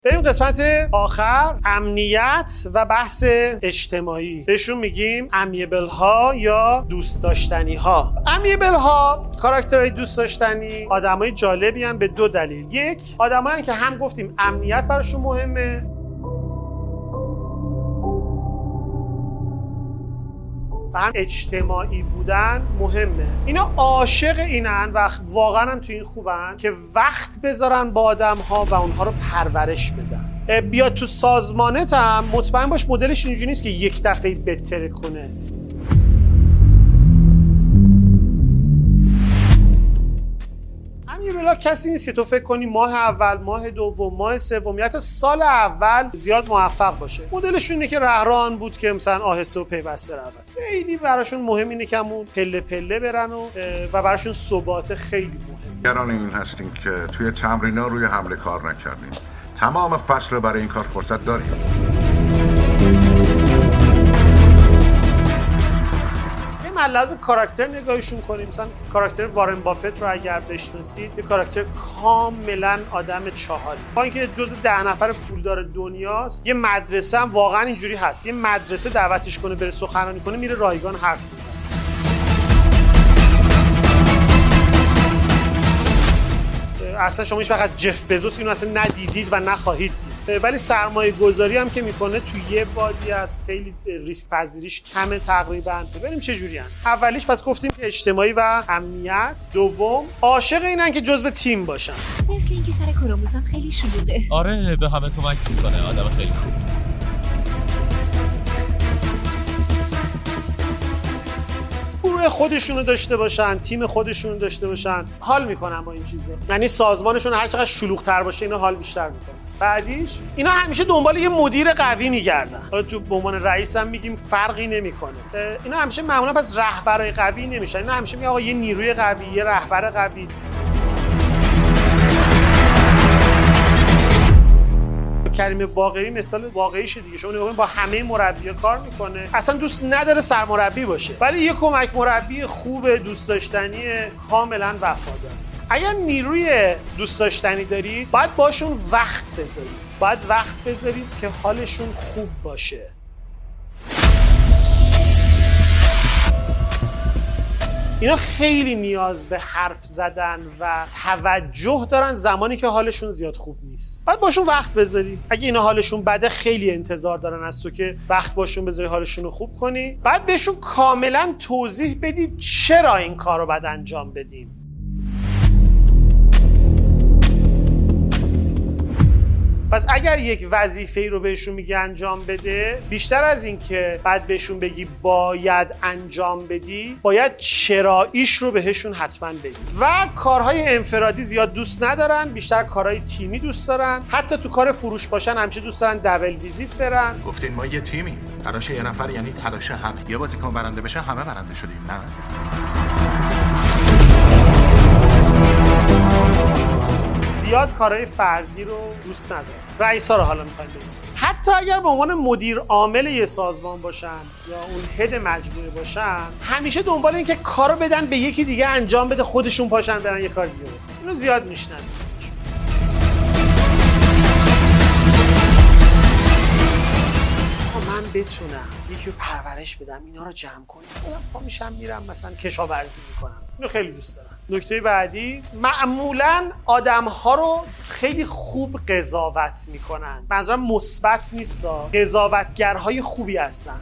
بریم قسمت آخر، امنیت و بحث اجتماعی. بهشون میگیم امیبل ها یا دوست داشتنی ها. امیبل ها کاراکترهای دوست داشتنی آدمای جالبی ان به دو دلیل. یک، آدمایی که هم گفتیم امنیت براشون مهمه و هم اجتماعی بودن مهمه. اینا عاشق اینن و واقعا هم تو این خوبن که وقت بذارن با آدم ها و اونها رو پرورش بدن. بیاد تو سازمانت هم مطمئن باش مدلش اینجوری نیست که یک دفعه بهتره کنه. امیبلا کسی نیست که تو فکر کنی ماه اول، ماه دوم، ماه سوم یا حتی سال اول زیاد موفق باشه. مدلشون اینه که رهران بود که مثلا آهسته و پیوسته رود. خیلی براشون مهم اینه که همون پله پله برن و براشون ثبات خیلی مهم. نگران این هستیم که توی تمرینا روی حمله کار نکردیم. تمام فصل برای این کار فرصت داریم. من لازم کاراکتر نگاهشون کنیم. مثلا کاراکتر وارن بافت رو اگر بشناسید، یه کاراکتر کاملا آدم چاهاری، با اینکه جزء 10 نفر پولدار دنیاست. یه مدرسه هم واقعا اینجوری هست، یه مدرسه دعوتش کنه بره سخنرانی کنه، میره رایگان حرف میزنه. اصلا شما هیچ وقت جف بزوس اینو اصلا ندیدید و نخواهید دید. ولی سرمایه گذاری هم که میکنه تو یه وادی از خیلی ریسک پذیریش کمه تقریبا. ببینیم چه جوریان. اولیش پس گفتیم که اجتماعی و امنیت. دوم، عاشق اینن که جزو تیم باشن. مثل اینکه سر کارآموزم خیلی شلوغه. آره، به همه کمک میکنه. آدم خیلی خوب. گروه خودشونو داشته باشن، تیم خودشونو داشته باشن، حال میکنن با این چیزا. یعنی سازمانشون هر چقدر شلوغ‌تر باشه اینا حال بیشتر میکنن. بعدیش اینا همیشه دنبال یه مدیر قوی میگردن. حالا تو به عنوان رئیس هم میگیم فرقی نمیکنه. اینا همیشه معمولا پس رهبرای قوی نمیشن. اینا همیشه میگن آقا یه نیروی قوی، یه رهبر قوی. کریم باقری مثال واقعیشه دیگه. شما نگاه با همه مربی‌ها کار میکنه، اصلا دوست نداره سرمربی باشه، ولی یه کمک مربی خوب، دوست داشتنی، کاملا وفادار. اگر نیروی دوست داشتنی دارید، باید باشون وقت بذارید. باید وقت بذارید که حالشون خوب باشه. اینا خیلی نیاز به حرف زدن و توجه دارن زمانی که حالشون زیاد خوب نیست. باید باشون وقت بذاری. اگه اینا حالشون بده، خیلی انتظار دارن از تو که وقت باشون بذاری حالشون رو خوب کنی. بعد بهشون کاملا توضیح بدی چرا این کار رو باید انجام بدیم. پس اگر یک وظیفه‌ای رو بهشون میگی انجام بده، بیشتر از این که بعد بهشون بگی باید انجام بدی، باید چراییش رو بهشون حتما بگی. و کارهای انفرادی زیاد دوست ندارن، بیشتر کارهای تیمی دوست دارن. حتی تو کار فروش باشن همیشه دوست دارن دبل ویزیت برن. گفتین ما یه تیمیم. تلاش یه نفر یعنی تلاش همه. یه بازیکن برنده بشه همه برنده شدیم، نه؟ زیاد کارهای فردی رو دوست ندارن. رئیسا رو حالا میخوایم بگیم. حتی اگر به عنوان مدیر عامل یه سازمان باشن یا اون هد مجموعه باشن، همیشه دنبال این که کارو بدن به یکی دیگه انجام بده، خودشون پاشن برن یه کار دیگه بکنن. اینو زیاد میشنن. من بتونم یکی رو پرورش بدم، اینا رو جمع کنم، خودم پا میشم میرم مثلا کشاورزی میکنم. اینو خیلی دوست دارم. نکته بعدی، معمولاً آدم‌ها رو خیلی خوب قضاوت میکنن. منظورم مثبت نیست، قضاوتگرهای خوبی هستن.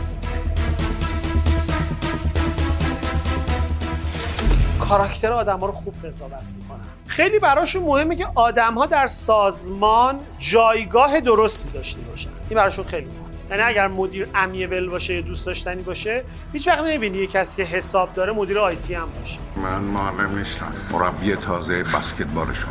کاراکتر آدم‌ها رو خوب قضاوت میکنن. خیلی براشون مهمه که آدم‌ها در سازمان جایگاه درستی داشته باشن. این براشون خیلی مهمه. یعنی اگر مدیر امیبل باشه یا دوست داشتنی باشه، هیچ وقت نمی‌بینی یه کسی که حساب داره مدیر آیتی هم باشه. من معلم نیستم، مربی تازه بسکتبال شما.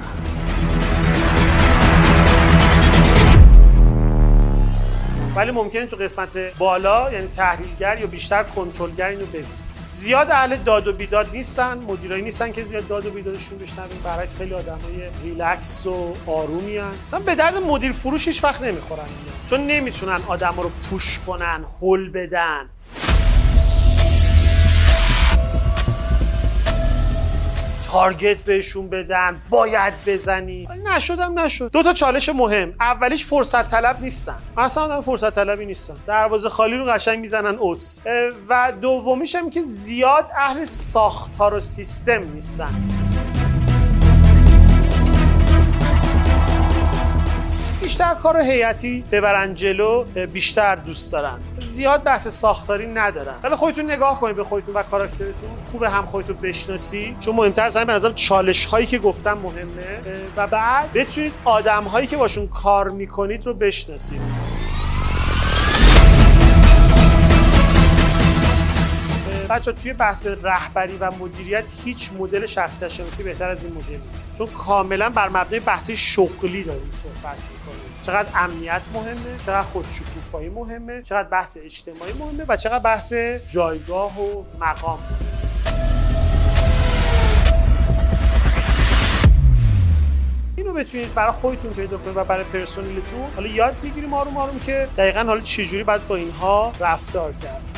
ولی ممکنه تو قسمت بالا، یعنی تحلیلگر یا بیشتر کنترلگر، اینو ببینید. زیاد اهل داد و بیداد نیستن، مدیرایی نیستن که زیاد داد و بیدادشون بشنویم. برعکس خیلی آدمای ریلکس و آرومی ان. مثلا به درد مدیر فروش هیچ وقت نمیخورن اینا، چون نمیتونن آدما رو پوش کنن، هول بدن. تارگت بهشون بدن، باید بزنی. نشد. 2 تا چالش مهم. اولیش فرصت طلب نیستن. اصلا آدم فرصت طلبی نیستن. دروازه خالی رو قشنگ میزنن اوتس. و دومیش هم که زیاد اهل ساختار و سیستم نیستن. بیشتر کار هیئتی ببرن جلو بیشتر دوست دارن. زیاد بحث ساختاری ندارن. ولی خودتون نگاه کنید به خودتون و کاراکترتون. خوبه هم خودتون بشناسی، چون مهمتر از همه به نظرم چالش هایی که گفتم مهمه و بعد بتونید آدم هایی که باشون کار میکنید رو بشناسید. بچه توی بحث رهبری و مدیریت هیچ مدل شخصیت شناسی بهتر از این مدل نیست، چون کاملا بر مبنای بحثی شغلی داریم صحبت میکنیم. چقدر امنیت مهمه، چقدر خودشکوفایی مهمه، چقدر بحث اجتماعی مهمه و چقدر بحث جایگاه و مقام مهمه. اینو بتونید برای خودتون پیدا کنید و برای پرسنلتون حالا یاد بگیریم آروم آروم که دقیقاً حالا چجوری باید با اینها رفتار کرد.